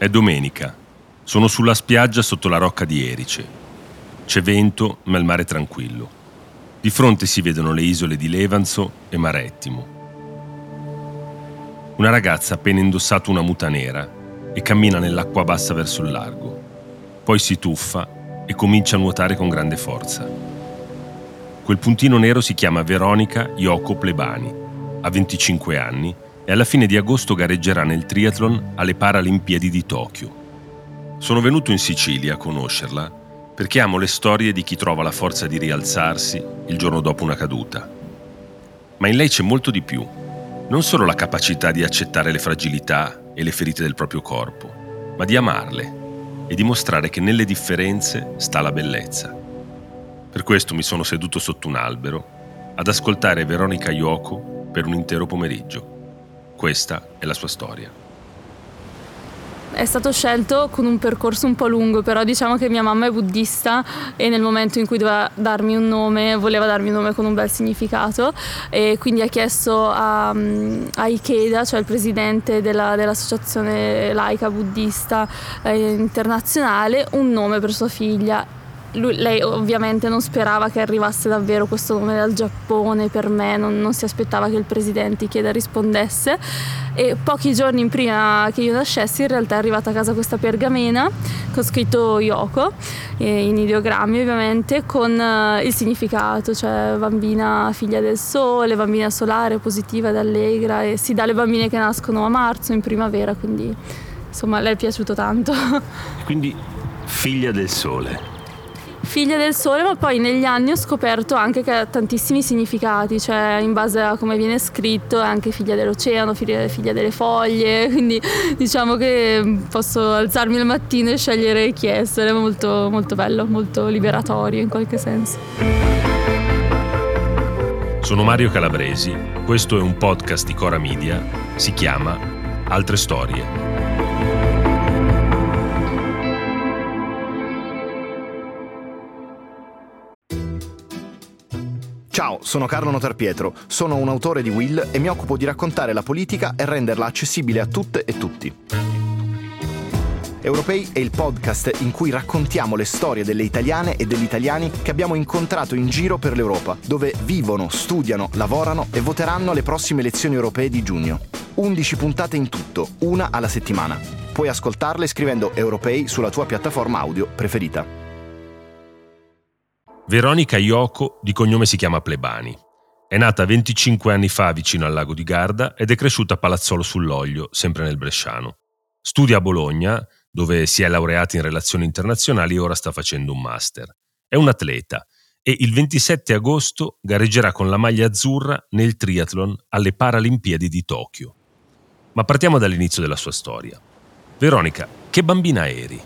È domenica. Sono sulla spiaggia sotto la rocca di Erice. C'è vento, ma il mare è tranquillo. Di fronte si vedono le isole di Levanzo e Marettimo. Una ragazza ha appena indossato una muta nera e cammina nell'acqua bassa verso il largo. Poi si tuffa e comincia a nuotare con grande forza. Quel puntino nero si chiama Veronica Yoko Plebani. Ha 25 anni e alla fine di agosto gareggerà nel triathlon alle Paralimpiadi di Tokyo. Sono venuto in Sicilia a conoscerla perché amo le storie di chi trova la forza di rialzarsi il giorno dopo una caduta. Ma in lei c'è molto di più. Non solo la capacità di accettare le fragilità e le ferite del proprio corpo, ma di amarle e dimostrare che nelle differenze sta la bellezza. Per questo mi sono seduto sotto un albero ad ascoltare Veronica Yoko per un intero pomeriggio. Questa è la sua storia. È stato scelto con un percorso un po' lungo, però diciamo che mia mamma è buddista e nel momento in cui doveva darmi un nome, voleva darmi un nome con un bel significato, e quindi ha chiesto a Ikeda, cioè il presidente dell'associazione laica buddista internazionale, un nome per sua figlia. Lei ovviamente non sperava che arrivasse davvero questo nome dal Giappone per me, non si aspettava che il presidente Ikeda rispondesse, e pochi giorni prima che io nascessi in realtà è arrivata a casa questa pergamena con scritto Yoko, in ideogrammi ovviamente, con il significato, cioè bambina figlia del sole, bambina solare, positiva ed allegra, e si dà alle bambine che nascono a marzo, in primavera, quindi insomma le è piaciuto tanto. Quindi figlia del sole. Figlia del sole, ma poi negli anni ho scoperto anche che ha tantissimi significati, cioè in base a come viene scritto è anche figlia dell'oceano, figlia delle foglie, quindi diciamo che posso alzarmi al mattino e scegliere chi essere, molto, molto bello, molto liberatorio in qualche senso. Sono Mario Calabresi, questo è un podcast di Cora Media, si chiama Altre Storie. Ciao, sono Carlo Notarpietro, sono un autore di Will e mi occupo di raccontare la politica e renderla accessibile a tutte e tutti. Europei è il podcast in cui raccontiamo le storie delle italiane e degli italiani che abbiamo incontrato in giro per l'Europa, dove vivono, studiano, lavorano e voteranno alle prossime elezioni europee di giugno. 11 puntate in tutto, una alla settimana. Puoi ascoltarle scrivendo Europei sulla tua piattaforma audio preferita. Veronica Yoko, di cognome si chiama Plebani. È nata 25 anni fa vicino al lago di Garda ed è cresciuta a Palazzolo sull'Oglio, sempre nel Bresciano. Studia a Bologna, dove si è laureata in relazioni internazionali e ora sta facendo un master. È un atleta e il 27 agosto gareggerà con la maglia azzurra nel triathlon alle Paralimpiadi di Tokyo. Ma partiamo dall'inizio della sua storia. Veronica, che bambina eri?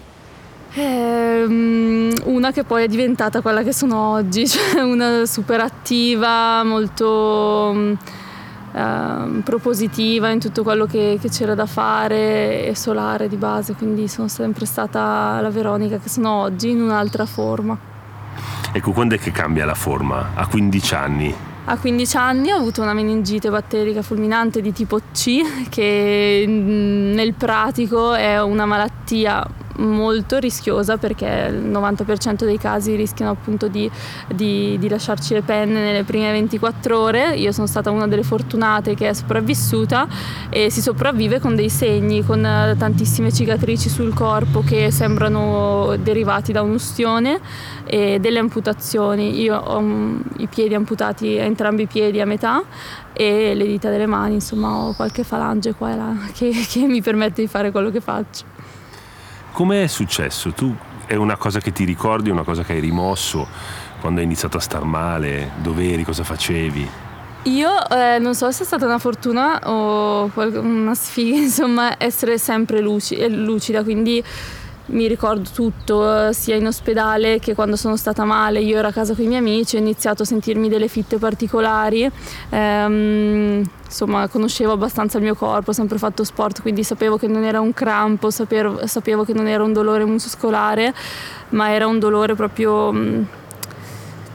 Una che poi è diventata quella che sono oggi, cioè una super attiva, molto propositiva in tutto quello che c'era da fare, e solare di base, quindi sono sempre stata la Veronica che sono oggi in un'altra forma. Ecco, quando è che cambia la forma? A 15 anni? A 15 anni ho avuto una meningite batterica fulminante di tipo C, che nel pratico è una malattia molto rischiosa perché il 90% dei casi rischiano appunto di lasciarci le penne nelle prime 24 ore. Io sono stata una delle fortunate che è sopravvissuta, e si sopravvive con dei segni, con tantissime cicatrici sul corpo che sembrano derivati da un'ustione, e delle amputazioni. Io ho i piedi amputati, entrambi i piedi a metà, e le dita delle mani, insomma ho qualche falange qua e là che mi permette di fare quello che faccio. Come è successo? Tu è una cosa che ti ricordi, una cosa che hai rimosso quando hai iniziato a star male? Dove eri? Cosa facevi? Io non so se è stata una fortuna o una sfiga, insomma, essere sempre lucida, quindi mi ricordo tutto, sia in ospedale che quando sono stata male. Io ero a casa con i miei amici, ho iniziato a sentirmi delle fitte particolari, insomma conoscevo abbastanza il mio corpo, ho sempre fatto sport, quindi sapevo che non era un crampo, sapevo che non era un dolore muscolare, ma era un dolore proprio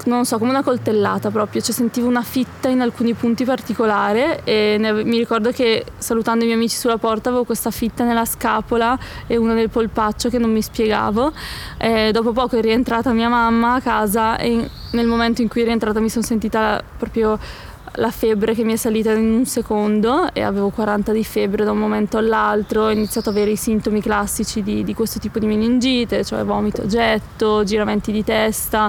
non so, come una coltellata proprio, cioè sentivo una fitta in alcuni punti particolari e mi ricordo che salutando i miei amici sulla porta avevo questa fitta nella scapola e una nel polpaccio che non mi spiegavo. Dopo poco è rientrata mia mamma a casa e nel momento in cui è rientrata mi sono sentita proprio la febbre che mi è salita in un secondo e avevo 40 di febbre da un momento all'altro. Ho iniziato ad avere i sintomi classici di questo tipo di meningite, cioè vomito a getto, giramenti di testa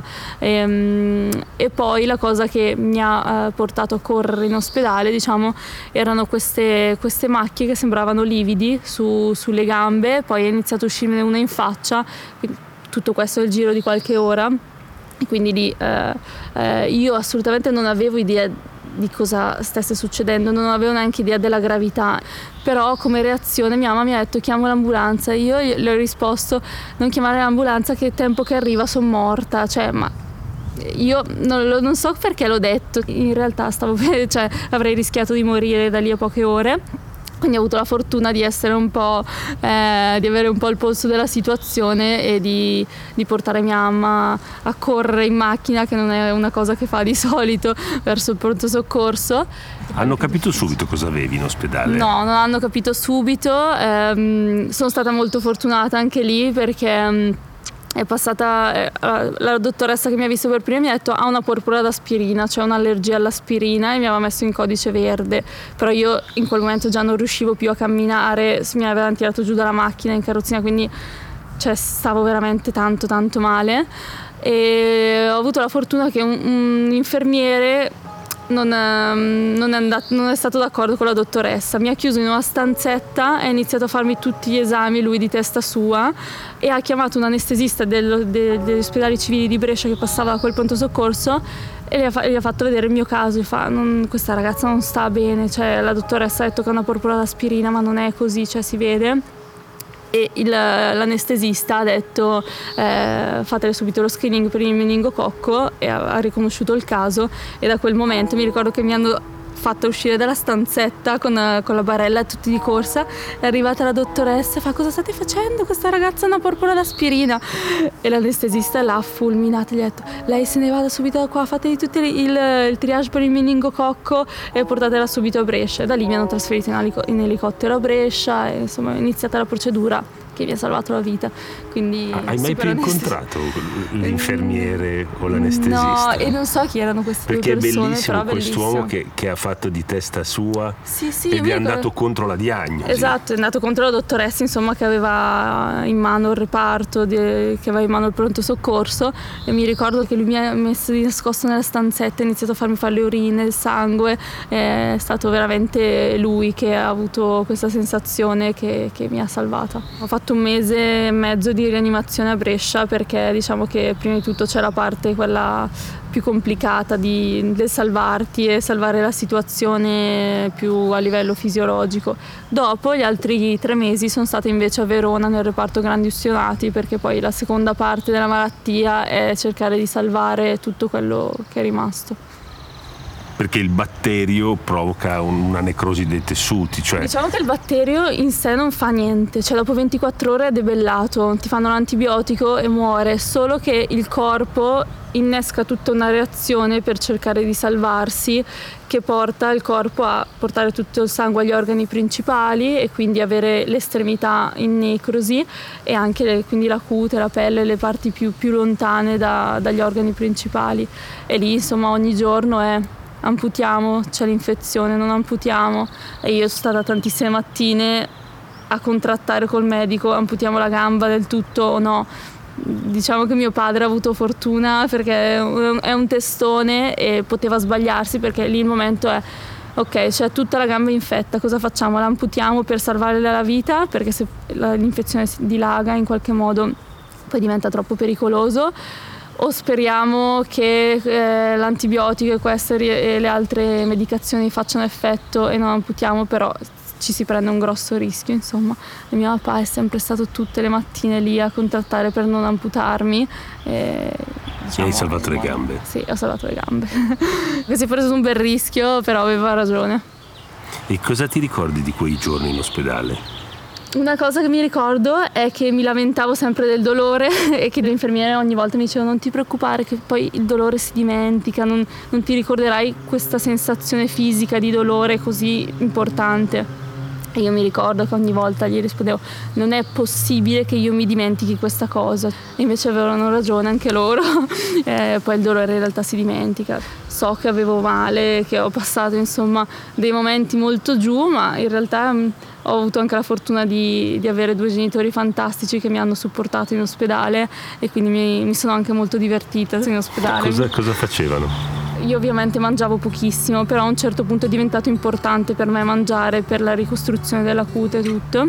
e poi la cosa che mi ha portato a correre in ospedale, diciamo, erano queste macchie che sembravano lividi sulle gambe, poi è iniziato a uscirne una in faccia, quindi tutto questo nel giro di qualche ora. E quindi lì io assolutamente non avevo idea di cosa stesse succedendo, non avevo neanche idea della gravità, però come reazione mia mamma mi ha detto chiamo l'ambulanza. Io le ho risposto non chiamare l'ambulanza, che tempo che arriva sono morta, cioè ma io non so perché l'ho detto, in realtà cioè, avrei rischiato di morire da lì a poche ore. Quindi ho avuto la fortuna di essere un po', di avere un po' il polso della situazione e di portare mia mamma a correre in macchina, che non è una cosa che fa di solito, verso il pronto soccorso. Hanno capito subito cosa avevi in ospedale? No, non hanno capito subito. Sono stata molto fortunata anche lì perché è passata la dottoressa che mi ha visto per prima mi ha detto ha una porpora d'aspirina, cioè un'allergia all'aspirina, e mi aveva messo in codice verde, però io in quel momento già non riuscivo più a camminare, mi avevano tirato giù dalla macchina in carrozzina, quindi cioè, stavo veramente tanto male e ho avuto la fortuna che un infermiere non è stato d'accordo con la dottoressa, mi ha chiuso in una stanzetta e ha iniziato a farmi tutti gli esami lui di testa sua e ha chiamato un anestesista degli ospedali civili di Brescia che passava da quel pronto soccorso e gli ha fatto vedere il mio caso e fa questa ragazza non sta bene, cioè la dottoressa ha detto che ha una porpora d'aspirina ma non è così, cioè si vede. E l'anestesista ha detto fatele subito lo screening per il meningococco e ha riconosciuto il caso e da quel momento mi ricordo che mi hanno fatta uscire dalla stanzetta con la barella tutti di corsa, è arrivata la dottoressa e fa cosa state facendo, questa ragazza ha una porpora d'aspirina e l'anestesista l'ha fulminata e gli ha detto lei se ne vada subito da qua, fategli tutti il triage per il meningococco e portatela subito a Brescia e da lì mi hanno trasferito in elicottero a Brescia e insomma è iniziata la procedura che mi ha salvato la vita. Quindi hai mai più incontrato l'infermiere o l'anestesista? No, e non so chi erano queste perché due persone, bellissimo, però quest'uomo che ha fatto di testa sua sì, ed è andato contro la diagnosi. Esatto, è andato contro la dottoressa insomma che aveva in mano il reparto, che aveva in mano il pronto soccorso e mi ricordo che lui mi ha messo di nascosto nella stanzetta, ha iniziato a farmi fare le urine, il sangue, è stato veramente lui che ha avuto questa sensazione che mi ha salvata. Ho fatto 1 mese e mezzo di rianimazione a Brescia perché diciamo che prima di tutto c'è la parte quella più complicata del salvarti e salvare la situazione più a livello fisiologico. Dopo gli altri 3 mesi sono stata invece a Verona nel reparto grandi ustionati perché poi la seconda parte della malattia è cercare di salvare tutto quello che è rimasto. Perché il batterio provoca una necrosi dei tessuti, cioè... Diciamo che il batterio in sé non fa niente, cioè dopo 24 ore è debellato, ti fanno l'antibiotico e muore, solo che il corpo innesca tutta una reazione per cercare di salvarsi che porta il corpo a portare tutto il sangue agli organi principali e quindi avere l'estremità in necrosi e anche quindi la cute, la pelle, le parti più lontane dagli organi principali e lì insomma ogni giorno è amputiamo, c'è l'infezione, non amputiamo e io sono stata tantissime mattine a contrattare col medico, amputiamo la gamba del tutto o no. Diciamo che mio padre ha avuto fortuna perché è un testone e poteva sbagliarsi perché lì il momento è ok, c'è tutta la gamba infetta, cosa facciamo? La amputiamo per salvarle la vita perché se l'infezione si dilaga in qualche modo poi diventa troppo pericoloso o speriamo che l'antibiotico e le altre medicazioni facciano effetto e non amputiamo, però ci si prende un grosso rischio insomma. E mio papà è sempre stato tutte le mattine lì a contrattare per non amputarmi e hai salvato le gambe? Sì, ho salvato le gambe. Si è preso un bel rischio, però aveva ragione. E cosa ti ricordi di quei giorni in ospedale? Una cosa che mi ricordo è che mi lamentavo sempre del dolore e che le infermiere ogni volta mi dicevano non ti preoccupare che poi il dolore si dimentica, non ti ricorderai questa sensazione fisica di dolore così importante. E io mi ricordo che ogni volta gli rispondevo non è possibile che io mi dimentichi questa cosa. E invece avevano ragione anche loro, poi il dolore in realtà si dimentica. So che avevo male, che ho passato insomma dei momenti molto giù, ma in realtà ho avuto anche la fortuna di avere 2 genitori fantastici che mi hanno supportato in ospedale e quindi mi sono anche molto divertita in ospedale. Cosa facevano? Io ovviamente mangiavo pochissimo, però a un certo punto è diventato importante per me mangiare per la ricostruzione della cute e tutto.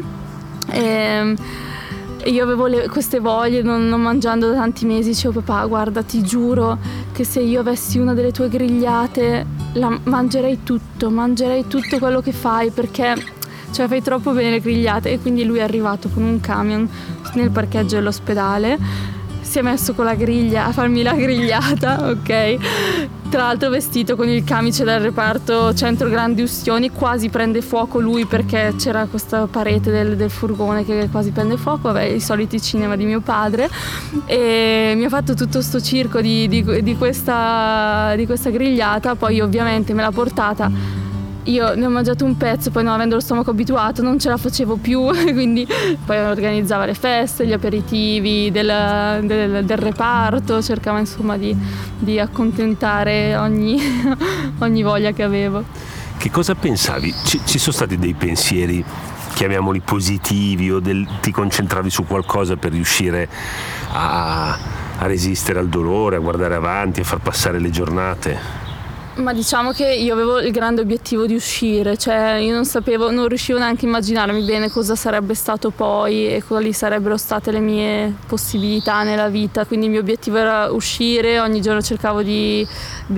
E io avevo queste voglie, non mangiando da tanti mesi, dicevo papà guarda ti giuro che se io avessi una delle tue grigliate mangerei tutto quello che fai perché cioè fai troppo bene le grigliate. E quindi lui è arrivato con un camion nel parcheggio dell'ospedale, si è messo con la griglia a farmi la grigliata, ok? Tra l'altro vestito con il camice del reparto centro grandi ustioni, quasi prende fuoco lui perché c'era questa parete del furgone che quasi prende fuoco, vabbè i soliti cinema di mio padre, e mi ha fatto tutto sto circo di questa grigliata. Poi ovviamente me l'ha portata. Io ne ho mangiato un pezzo, poi non avendo lo stomaco abituato non ce la facevo più, quindi poi organizzava le feste, gli aperitivi del reparto, cercava insomma di accontentare ogni voglia che avevo. Che cosa pensavi? Ci sono stati dei pensieri, chiamiamoli positivi, o ti concentravi su qualcosa per riuscire a resistere al dolore, a guardare avanti, a far passare le giornate? Ma diciamo che io avevo il grande obiettivo di uscire, cioè io non riuscivo neanche a immaginarmi bene cosa sarebbe stato poi e quali sarebbero state le mie possibilità nella vita, quindi il mio obiettivo era uscire, ogni giorno cercavo di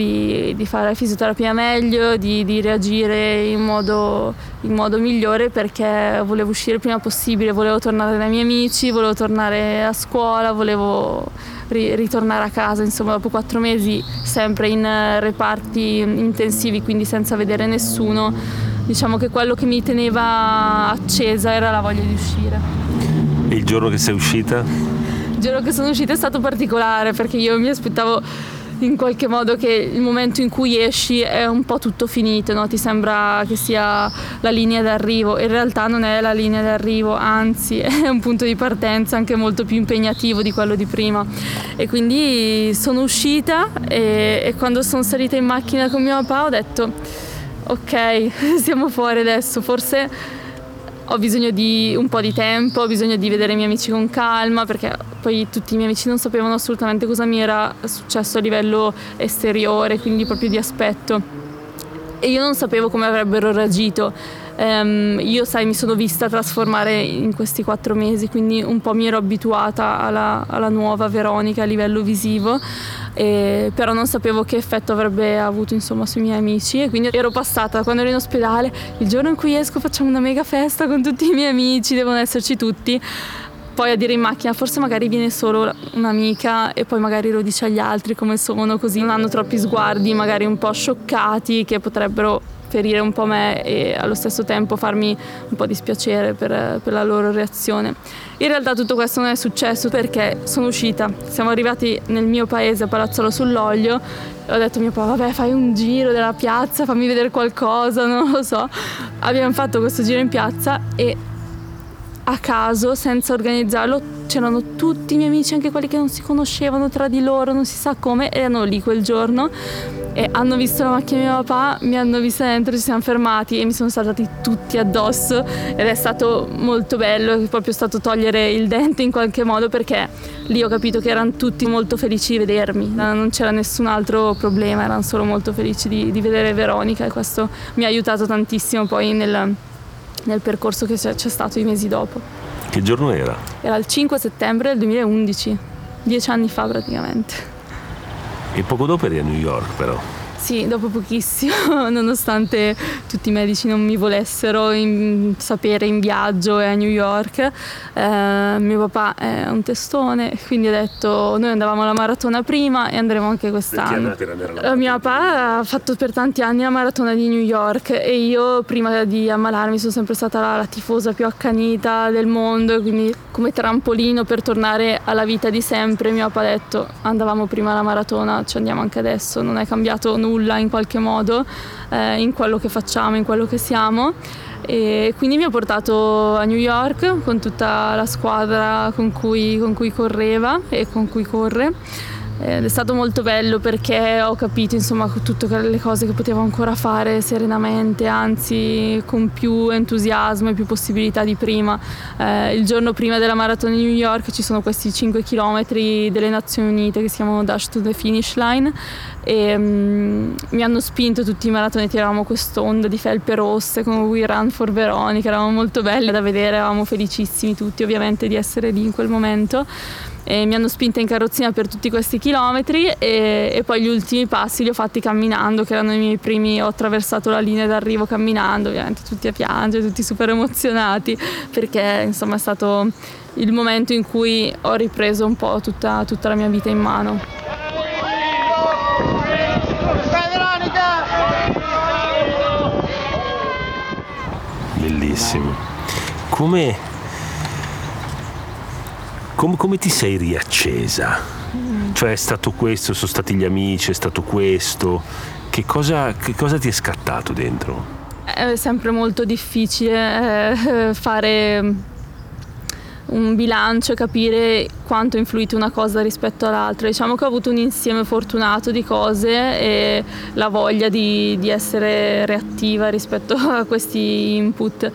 fare fisioterapia meglio, di reagire in modo migliore perché volevo uscire il prima possibile, volevo tornare dai miei amici, volevo tornare a scuola, volevo ritornare a casa, insomma dopo 4 mesi sempre in reparti intensivi, quindi senza vedere nessuno, diciamo che quello che mi teneva accesa era la voglia di uscire. E il giorno che sei uscita? Il giorno che sono uscita è stato particolare perché io mi aspettavo in qualche modo che il momento in cui esci è un po' tutto finito, no? Ti sembra che sia la linea d'arrivo, in realtà non è la linea d'arrivo, anzi è un punto di partenza anche molto più impegnativo di quello di prima. E quindi sono uscita e quando sono salita in macchina con mio papà ho detto ok, siamo fuori adesso, forse ho bisogno di un po' di tempo, ho bisogno di vedere i miei amici con calma, perché poi tutti i miei amici non sapevano assolutamente cosa mi era successo a livello esteriore, quindi proprio di aspetto. E io non sapevo come avrebbero reagito. Io, sai, mi sono vista trasformare in questi 4 mesi, quindi un po' mi ero abituata alla nuova Veronica a livello visivo. Però non sapevo che effetto avrebbe avuto insomma sui miei amici e quindi ero passata, quando ero in ospedale, il giorno in cui esco facciamo una mega festa con tutti i miei amici, devono esserci tutti, poi a dire in macchina forse magari viene solo un'amica e poi magari lo dice agli altri come sono, così non hanno troppi sguardi magari un po' scioccati che potrebbero ferire un po' me e allo stesso tempo farmi un po' dispiacere per la loro reazione. In realtà tutto questo non è successo perché sono uscita, siamo arrivati nel mio paese a Palazzolo sull'Oglio e ho detto a mio papà vabbè fai un giro della piazza, fammi vedere qualcosa, non lo so. Abbiamo fatto questo giro in piazza e a caso, senza organizzarlo, c'erano tutti i miei amici, anche quelli che non si conoscevano tra di loro, non si sa come, erano lì quel giorno e hanno visto la macchina di mio papà, mi hanno vista dentro, ci siamo fermati e mi sono saltati tutti addosso ed è stato molto bello, è proprio stato togliere il dente in qualche modo perché lì ho capito che erano tutti molto felici di vedermi, non c'era nessun altro problema, erano solo molto felici di vedere Veronica e questo mi ha aiutato tantissimo poi nel percorso che c'è stato i mesi dopo. Che giorno era? Era il 5 settembre del 2011, 10 anni fa praticamente. E poco dopo eri a New York però. Sì, dopo pochissimo, nonostante tutti i medici non mi volessero sapere in viaggio e a New York, mio papà è un testone, quindi ha detto noi andavamo alla maratona prima e andremo anche quest'anno. Mio papà ha fatto per tanti anni la maratona di New York e io prima di ammalarmi sono sempre stata la tifosa più accanita del mondo, e quindi come trampolino per tornare alla vita di sempre mio papà ha detto andavamo prima alla maratona, ci andiamo anche adesso, non è cambiato nulla in qualche modo in quello che facciamo, in quello che siamo, e quindi mi ha portato a New York con tutta la squadra con cui correva e con cui corre. Ed è stato molto bello perché ho capito insomma tutte le cose che potevo ancora fare serenamente, anzi con più entusiasmo e più possibilità di prima. Il giorno prima della maratona di New York ci sono questi 5 chilometri delle Nazioni Unite che si chiamano Dash to the Finish Line e mi hanno spinto tutti i maratonieti, eravamo quest'onda di felpe rosse come We Run for Veronica, eravamo molto belli da vedere, eravamo felicissimi tutti ovviamente di essere lì in quel momento. E mi hanno spinta in carrozzina per tutti questi chilometri e poi gli ultimi passi li ho fatti camminando, che erano i miei primi. Ho attraversato la linea d'arrivo camminando, ovviamente tutti a piangere, tutti super emozionati, perché insomma è stato il momento in cui ho ripreso un po' tutta la mia vita in mano. Bellissimo. Come ti sei riaccesa? Cioè è stato questo, sono stati gli amici, è stato questo? Che cosa ti è scattato dentro? È sempre molto difficile fare un bilancio e capire quanto è influito una cosa rispetto all'altra. Diciamo che ho avuto un insieme fortunato di cose e la voglia di essere reattiva rispetto a questi input.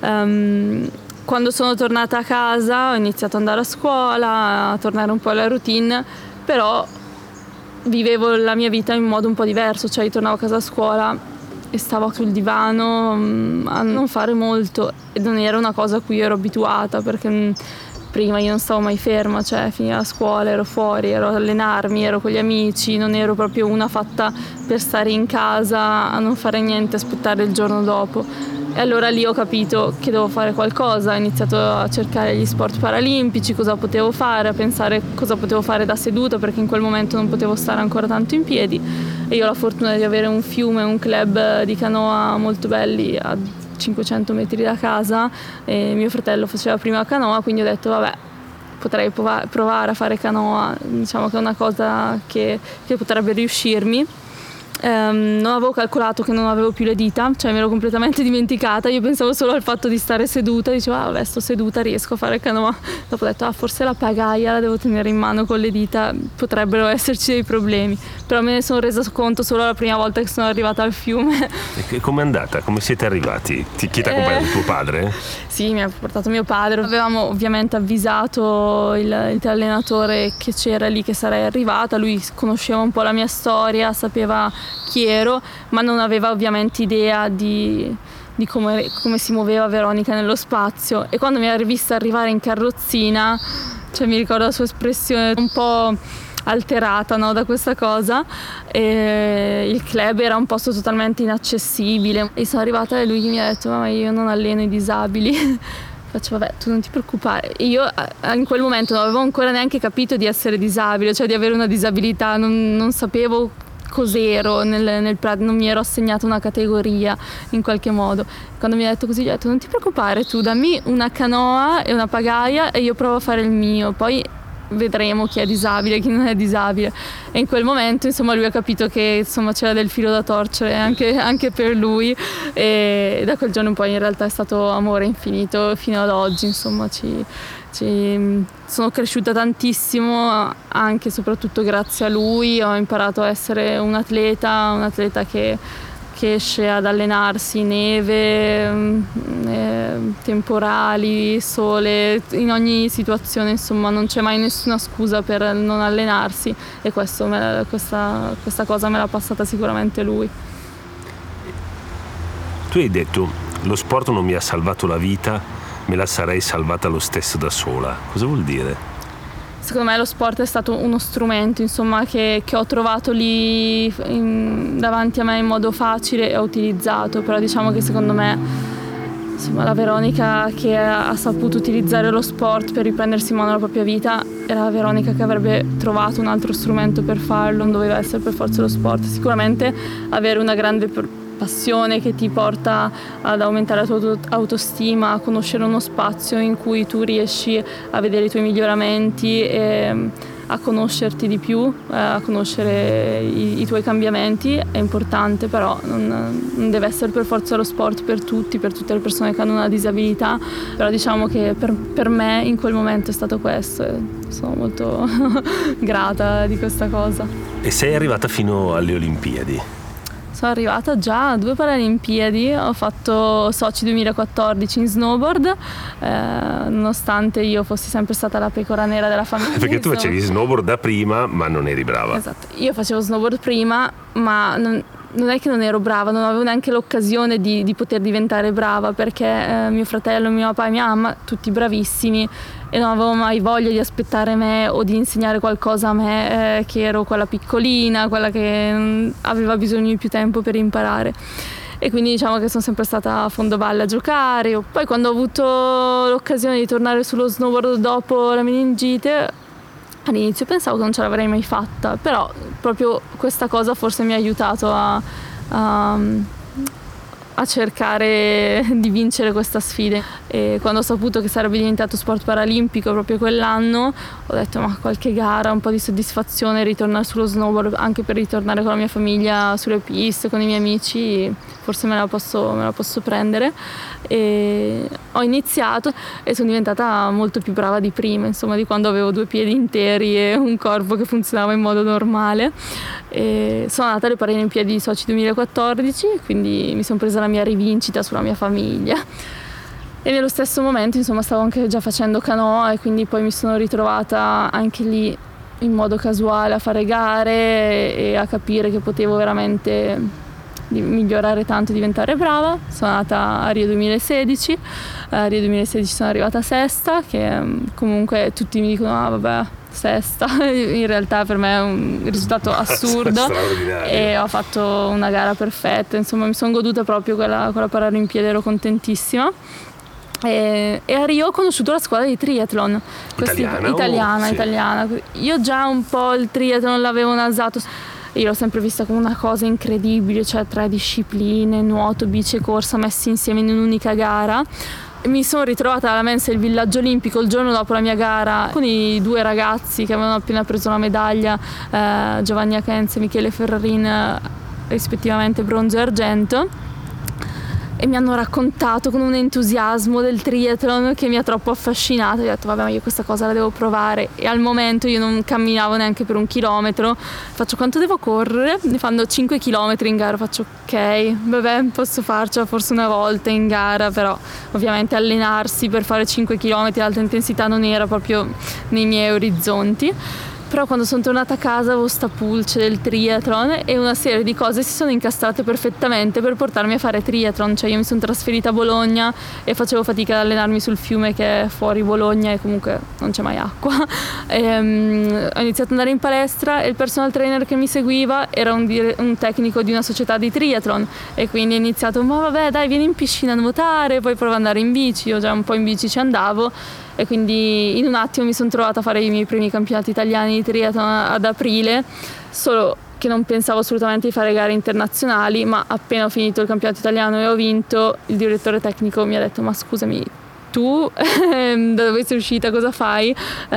Quando sono tornata a casa ho iniziato ad andare a scuola, a tornare un po' alla routine, però vivevo la mia vita in modo un po' diverso, cioè io tornavo a casa a scuola e stavo sul divano a non fare molto e non era una cosa a cui ero abituata perché prima io non stavo mai ferma, cioè finiva la scuola, ero fuori, ero ad allenarmi, ero con gli amici, non ero proprio una fatta per stare in casa a non fare niente, aspettare il giorno dopo. E allora lì ho capito che devo fare qualcosa, ho iniziato a cercare gli sport paralimpici, cosa potevo fare, a pensare cosa potevo fare da seduta perché in quel momento non potevo stare ancora tanto in piedi e io ho la fortuna di avere un fiume, un club di canoa molto belli a 500 metri da casa e mio fratello faceva prima canoa, quindi ho detto vabbè, potrei provare a fare canoa, diciamo che è una cosa che potrebbe riuscirmi. Non avevo calcolato che non avevo più le dita, cioè mi ero completamente dimenticata, io pensavo solo al fatto di stare seduta, dicevo vabbè sto seduta riesco a fare canoa, dopo ho detto forse la pagaia la devo tenere in mano con le dita, potrebbero esserci dei problemi, però me ne sono resa conto solo la prima volta che sono arrivata al fiume. E com'è andata? Come siete arrivati? Chi ti ha accompagnato? Tuo padre? Sì, mi ha portato mio padre, avevamo ovviamente avvisato il allenatore che c'era lì che sarei arrivata, lui conosceva un po' la mia storia, sapeva chi ero, ma non aveva ovviamente idea di come si muoveva Veronica nello spazio e quando mi ha vista arrivare in carrozzina, cioè mi ricordo la sua espressione un po' alterata, no, da questa cosa e il club era un posto totalmente inaccessibile e sono arrivata e lui mi ha detto ma io non alleno i disabili. Faccio vabbè tu non ti preoccupare, io in quel momento non avevo ancora neanche capito di essere disabile, cioè di avere una disabilità, non sapevo cos'ero non mi ero assegnata una categoria in qualche modo. Quando mi ha detto così, gli ho detto non ti preoccupare, tu dammi una canoa e una pagaia e io provo a fare il mio, poi vedremo chi è disabile e chi non è disabile. E in quel momento insomma lui ha capito che insomma c'era del filo da torcere anche per lui e da quel giorno in poi in realtà è stato amore infinito fino ad oggi, insomma sono cresciuta tantissimo anche e soprattutto grazie a lui, ho imparato a essere un atleta che esce ad allenarsi, neve, temporali, sole, in ogni situazione insomma non c'è mai nessuna scusa per non allenarsi e questa cosa me l'ha passata sicuramente lui. Tu hai detto lo sport non mi ha salvato la vita, me la sarei salvata lo stesso da sola. Cosa vuol dire? secondo me lo sport è stato uno strumento, insomma, che ho trovato lì davanti a me in modo facile e ho utilizzato, però diciamo che secondo me, insomma, la Veronica che ha saputo utilizzare lo sport per riprendersi in mano la propria vita era la Veronica che avrebbe trovato un altro strumento per farlo, non doveva essere per forza lo sport. Sicuramente avere una grande passione che ti porta ad aumentare la tua autostima, a conoscere uno spazio in cui tu riesci a vedere i tuoi miglioramenti e a conoscerti di più, a conoscere i tuoi cambiamenti, è importante, però non deve essere per forza lo sport per tutti, per tutte le persone che hanno una disabilità, però diciamo che per me in quel momento è stato questo e sono molto grata di questa cosa. E sei arrivata fino alle Olimpiadi? Sono arrivata già a 2 Paralimpiadi, ho fatto Sochi 2014 in snowboard, nonostante io fossi sempre stata la pecora nera della famiglia. Perché tu facevi snowboard da prima, ma non eri brava. Esatto, io facevo snowboard prima, ma non è che non ero brava, non avevo neanche l'occasione di poter diventare brava, perché mio fratello, mio papà e mia mamma, tutti bravissimi, e non avevo mai voglia di aspettare me o di insegnare qualcosa a me, che ero quella piccolina, quella che aveva bisogno di più tempo per imparare. E quindi diciamo che sono sempre stata a fondovalle a giocare. Poi quando ho avuto l'occasione di tornare sullo snowboard dopo la meningite, all'inizio pensavo che non ce l'avrei mai fatta, però proprio questa cosa forse mi ha aiutato a cercare di vincere questa sfida. E quando ho saputo che sarebbe diventato sport paralimpico proprio quell'anno, ho detto ma qualche gara, un po' di soddisfazione, ritornare sullo snowboard, anche per ritornare con la mia famiglia sulle piste, con i miei amici, forse me la posso prendere. E ho iniziato e sono diventata molto più brava di prima, insomma, di quando avevo 2 piedi interi e un corpo che funzionava in modo normale. E sono andata alle Paralimpiadi di Sochi 2014, quindi mi sono presa la mia rivincita sulla mia famiglia. E nello stesso momento, insomma, stavo anche già facendo canoa e quindi poi mi sono ritrovata anche lì in modo casuale a fare gare e a capire che potevo veramente migliorare tanto e diventare brava. Sono andata a Rio 2016, a Rio 2016 sono arrivata sesta, che comunque tutti mi dicono vabbè, sesta, in realtà per me è un risultato assurdo e ho fatto una gara perfetta, insomma mi sono goduta proprio quella Paralimpiade, ero contentissima. E a Rio ho conosciuto la squadra di triathlon italiana. Io già un po' il triathlon l'avevo nasato, io l'ho sempre vista come una cosa incredibile, cioè 3 discipline, nuoto, bici e corsa messi insieme in un'unica gara. Mi sono ritrovata alla mensa del villaggio olimpico il giorno dopo la mia gara con i 2 ragazzi che avevano appena preso la medaglia, Giovanni Akenze e Michele Ferrarin, rispettivamente bronzo e argento, e mi hanno raccontato con un entusiasmo del triathlon che mi ha troppo affascinato. Io ho detto vabbè, ma io questa cosa la devo provare, e al momento io non camminavo neanche per 1 chilometro. Faccio quanto devo correre? Ne fanno 5 chilometri in gara, faccio ok, vabbè, posso farcela forse una volta in gara, però ovviamente allenarsi per fare 5 chilometri ad alta intensità non era proprio nei miei orizzonti. Però quando sono tornata a casa avevo sta pulce del triathlon e una serie di cose si sono incastrate perfettamente per portarmi a fare triathlon. Cioè io mi sono trasferita a Bologna e facevo fatica ad allenarmi sul fiume che è fuori Bologna e comunque non c'è mai acqua. Ho iniziato ad andare in palestra e il personal trainer che mi seguiva era un tecnico di una società di triathlon, e quindi ho iniziato, ma vabbè dai, vieni in piscina a nuotare, poi prova ad andare in bici. Io già un po' in bici ci andavo, e quindi in un attimo mi sono trovata a fare i miei primi campionati italiani di triathlon ad aprile, solo che non pensavo assolutamente di fare gare internazionali, ma appena ho finito il campionato italiano e ho vinto, il direttore tecnico mi ha detto ma scusami, tu da dove sei uscita, cosa fai?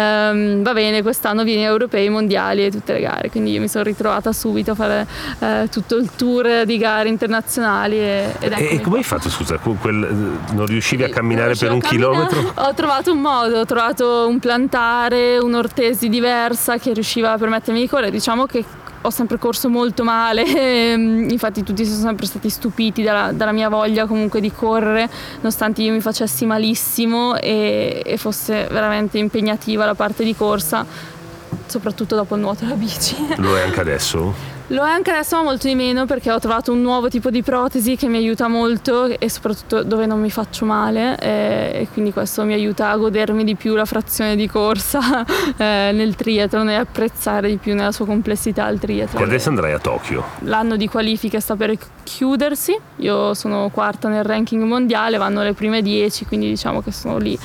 Va bene, quest'anno vieni a europei, mondiali e tutte le gare. Quindi io mi sono ritrovata subito a fare tutto il tour di gare internazionali e come hai fatto, scusa, non riuscivi a camminare per 1 chilometro? Ho trovato un modo, ho trovato un plantare, un'ortesi diversa che riusciva a permettermi di correre. Diciamo che ho sempre corso molto male, infatti tutti sono sempre stati stupiti dalla mia voglia comunque di correre, nonostante io mi facessi malissimo e fosse veramente impegnativa la parte di corsa, soprattutto dopo il nuoto e la bici. Lo è anche adesso? Lo è anche adesso, ma molto di meno, perché ho trovato un nuovo tipo di protesi che mi aiuta molto e soprattutto dove non mi faccio male, e quindi questo mi aiuta a godermi di più la frazione di corsa nel triathlon e apprezzare di più nella sua complessità il triathlon. E adesso andrai a Tokyo. L'anno di qualifica sta per chiudersi, io sono quarta nel ranking mondiale, vanno le prime 10, quindi diciamo che sono lì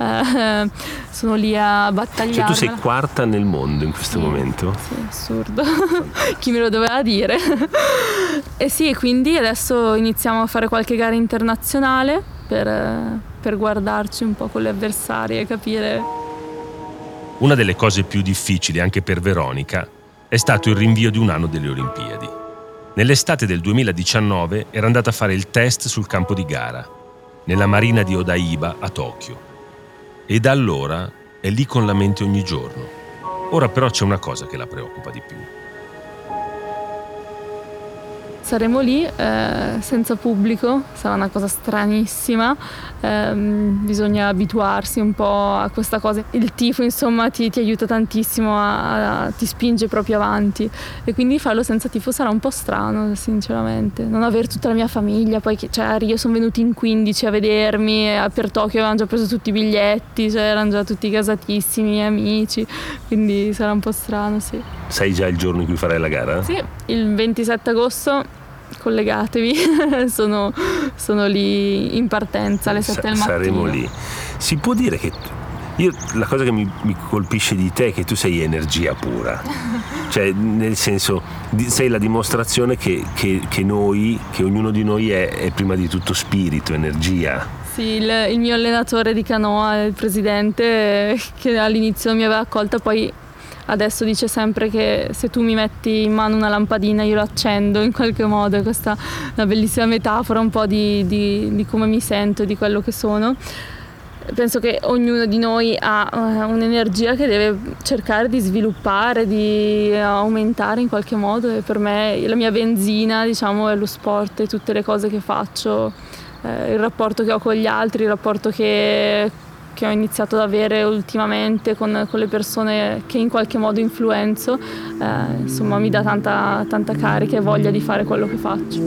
a battagliare. Cioè tu sei quarta nel mondo in questo momento? Sì, assurdo. Chi me lo doveva dire? E sì, quindi adesso iniziamo a fare qualche gara internazionale per guardarci un po' con le avversarie e capire. Una delle cose più difficili anche per Veronica è stato il rinvio di un anno delle Olimpiadi. Nell'estate del 2019 era andata a fare il test sul campo di gara, nella marina di Odaiba a Tokyo. E da allora è lì con la mente ogni giorno. Ora però c'è una cosa che la preoccupa di più. Saremo lì senza pubblico, sarà una cosa stranissima, bisogna abituarsi un po' a questa cosa. Il tifo insomma ti aiuta tantissimo, ti spinge proprio avanti, e quindi farlo senza tifo sarà un po' strano sinceramente. Non avere tutta la mia famiglia, poi a Rio sono venuti in 15 a vedermi, per Tokyo avevano già preso tutti i biglietti, erano già tutti casatissimi, i miei amici, quindi sarà un po' strano, sì. Sai già il giorno in cui farai la gara? Sì, il 27 agosto, collegatevi, sono lì in partenza alle 7 del mattino. Saremo lì. Si può dire che la cosa che mi colpisce di te è che tu sei energia pura, cioè nel senso sei la dimostrazione che ognuno di noi è prima di tutto spirito, energia. Sì, il mio allenatore di canoa, il presidente, che all'inizio mi aveva accolta, poi adesso dice sempre che se tu mi metti in mano una lampadina io la accendo in qualche modo. Questa è una bellissima metafora un po' di come mi sento, di quello che sono. Penso che ognuno di noi ha un'energia che deve cercare di sviluppare, di aumentare in qualche modo, e per me la mia benzina, diciamo, è lo sport e tutte le cose che faccio, il rapporto che ho con gli altri, il rapporto che ho iniziato ad avere ultimamente con le persone che in qualche modo influenzo, insomma mi dà tanta carica e voglia di fare quello che faccio.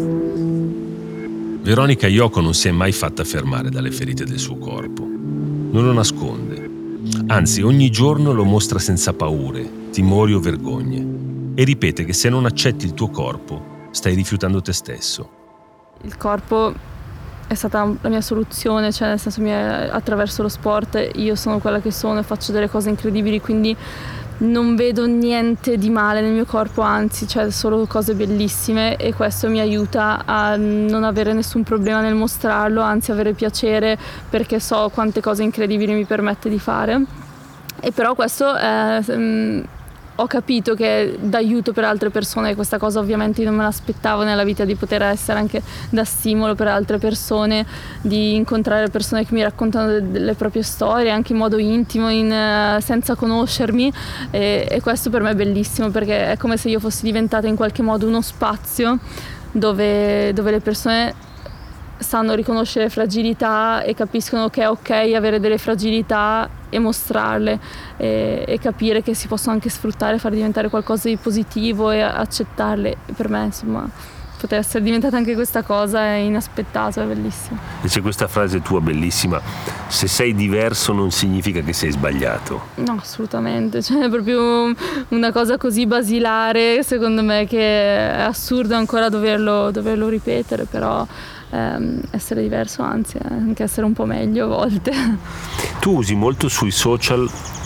Veronica Iocco non si è mai fatta fermare dalle ferite del suo corpo. Non lo nasconde. Anzi, ogni giorno lo mostra senza paure, timori o vergogne. E ripete che se non accetti il tuo corpo, stai rifiutando te stesso. Il corpo è stata la mia soluzione, cioè nel senso attraverso lo sport io sono quella che sono e faccio delle cose incredibili, quindi non vedo niente di male nel mio corpo, anzi, cioè solo cose bellissime, e questo mi aiuta a non avere nessun problema nel mostrarlo, anzi avere piacere perché so quante cose incredibili mi permette di fare. E però questo ho capito che d'aiuto per altre persone, questa cosa ovviamente io non me l'aspettavo nella vita, di poter essere anche da stimolo per altre persone, di incontrare persone che mi raccontano delle proprie storie anche in modo intimo, senza conoscermi, e questo per me è bellissimo, perché è come se io fossi diventata in qualche modo uno spazio dove le persone sanno riconoscere fragilità e capiscono che è ok avere delle fragilità e mostrarle, e capire che si possono anche sfruttare, far diventare qualcosa di positivo e accettarle. Per me, insomma, poter essere diventata anche questa cosa è inaspettato, è bellissimo. E c'è questa frase tua bellissima: se sei diverso non significa che sei sbagliato. No, assolutamente, cioè è proprio una cosa così basilare, secondo me, che è assurdo ancora doverlo ripetere, però essere diverso, anzi anche essere un po' meglio a volte. Tu usi molto sui social,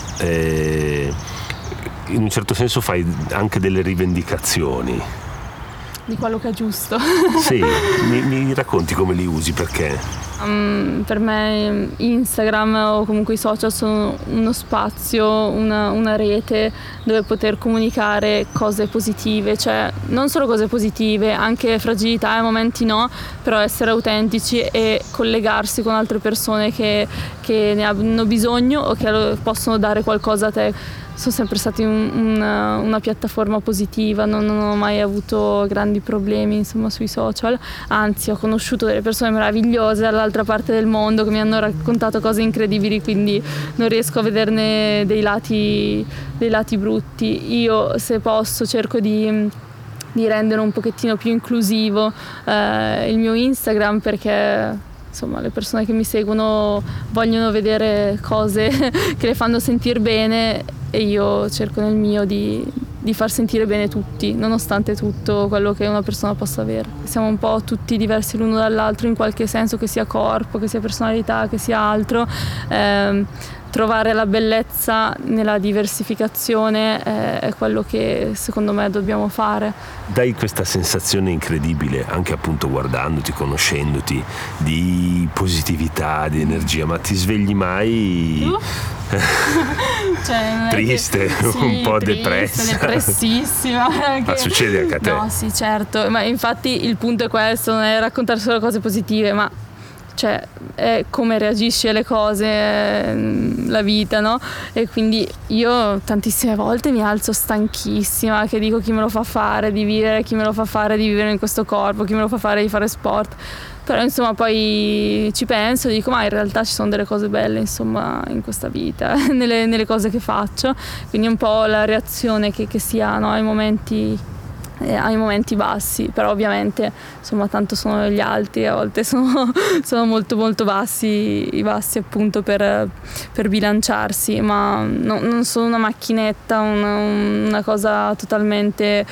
in un certo senso fai anche delle rivendicazioni di quello che è giusto. Sì, mi racconti come li usi, perché? Per me Instagram o comunque i social sono uno spazio, una rete dove poter comunicare cose positive, cioè non solo cose positive, anche fragilità, a momenti no, però essere autentici e collegarsi con altre persone che ne hanno bisogno o che possono dare qualcosa a te. Sono sempre stati una piattaforma positiva, non ho mai avuto grandi problemi, insomma, sui social, anzi ho conosciuto delle persone meravigliose dall'altra parte del mondo che mi hanno raccontato cose incredibili, quindi non riesco a vederne dei lati brutti. Io, se posso, cerco di di rendere un pochettino più inclusivo il mio Instagram, perché insomma le persone che mi seguono vogliono vedere cose che le fanno sentire bene, e io cerco nel mio di far sentire bene tutti, nonostante tutto quello che una persona possa avere. Siamo un po' tutti diversi l'uno dall'altro in qualche senso, che sia corpo, che sia personalità, che sia altro. Trovare la bellezza nella diversificazione è quello che secondo me dobbiamo fare. Dai questa sensazione incredibile, anche appunto guardandoti, conoscendoti, di positività, di energia, ma ti svegli mai cioè, triste, un po' triste, depressissima? Ma succede anche a te? No, sì, certo, ma infatti il punto è questo, non è raccontare solo cose positive, ma cioè è come reagisci alle cose, la vita, no? E quindi io tantissime volte mi alzo stanchissima, che dico: chi me lo fa fare di vivere, chi me lo fa fare di vivere in questo corpo, chi me lo fa fare di fare sport. Però insomma poi ci penso e dico: ma in realtà ci sono delle cose belle, insomma, in questa vita, nelle cose che faccio. Quindi un po' la reazione che si ha, no? Ai momenti bassi, però ovviamente insomma tanto sono gli alti, a volte sono molto molto bassi, i bassi appunto per bilanciarsi, ma non sono una macchinetta, una cosa totalmente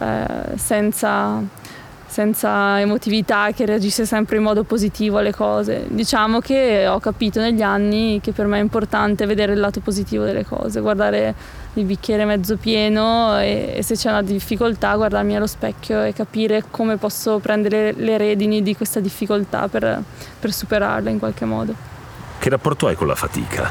senza emotività, che reagisce sempre in modo positivo alle cose. Diciamo che ho capito negli anni che per me è importante vedere il lato positivo delle cose, guardare il bicchiere mezzo pieno, e se c'è una difficoltà guardarmi allo specchio e capire come posso prendere le redini di questa difficoltà per superarla in qualche modo. Che rapporto hai con la fatica?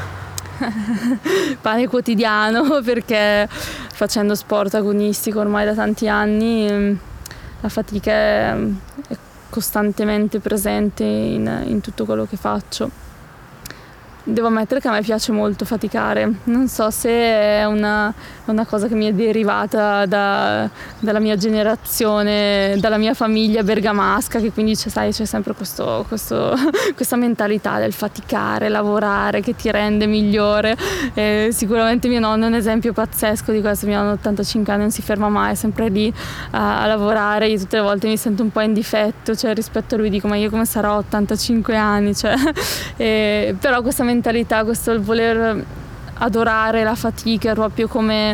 Pane quotidiano, perché facendo sport agonistico ormai da tanti anni la fatica è costantemente presente in tutto quello che faccio. Devo ammettere che a me piace molto faticare, non so se è una cosa che mi è derivata dalla mia generazione, dalla mia famiglia bergamasca, che quindi c'è sempre questa mentalità del faticare, lavorare, che ti rende migliore. Sicuramente mio nonno è un esempio pazzesco di questo, mio nonno ha 85 anni, non si ferma mai, è sempre lì a lavorare. Io tutte le volte mi sento un po' in difetto, cioè rispetto a lui dico: ma io come sarò a 85 anni? Cioè, però questa mentalità, questo il voler adorare la fatica proprio come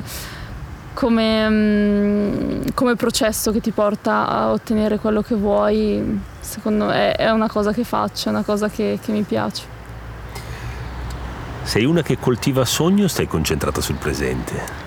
processo che ti porta a ottenere quello che vuoi, secondo me è una cosa che faccio, è una cosa che mi piace. Sei una che coltiva sogni o stai concentrata sul presente?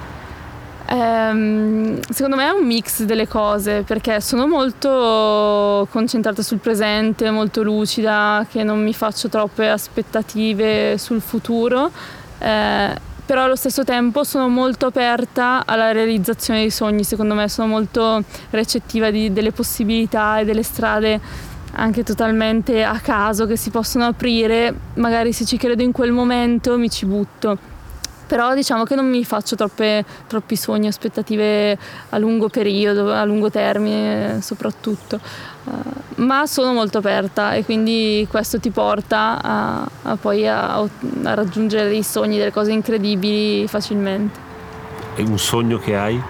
Secondo me è un mix delle cose, perché sono molto concentrata sul presente, molto lucida, che non mi faccio troppe aspettative sul futuro, però allo stesso tempo sono molto aperta alla realizzazione dei sogni. Secondo me sono molto recettiva delle possibilità e delle strade anche totalmente a caso che si possono aprire. Magari se ci credo in quel momento mi ci butto. Però diciamo che non mi faccio troppi sogni, aspettative a lungo periodo, a lungo termine soprattutto, ma sono molto aperta, e quindi questo ti porta poi a raggiungere dei sogni, delle cose incredibili facilmente. E un sogno che hai?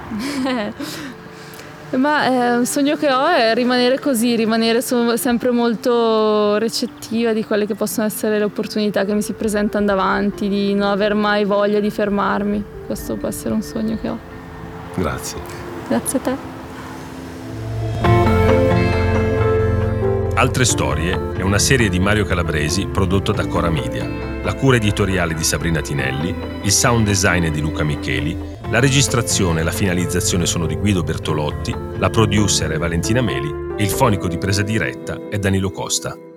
Ma un sogno che ho è rimanere così, sono sempre molto recettiva di quelle che possono essere le opportunità che mi si presentano davanti, di non aver mai voglia di fermarmi. Questo può essere un sogno che ho. Grazie. Grazie a te. Altre storie è una serie di Mario Calabresi prodotto da Cora Media. La cura editoriale di Sabrina Tinelli, il sound design è di Luca Micheli, la registrazione e la finalizzazione sono di Guido Bertolotti, la producer è Valentina Meli e il fonico di presa diretta è Danilo Costa.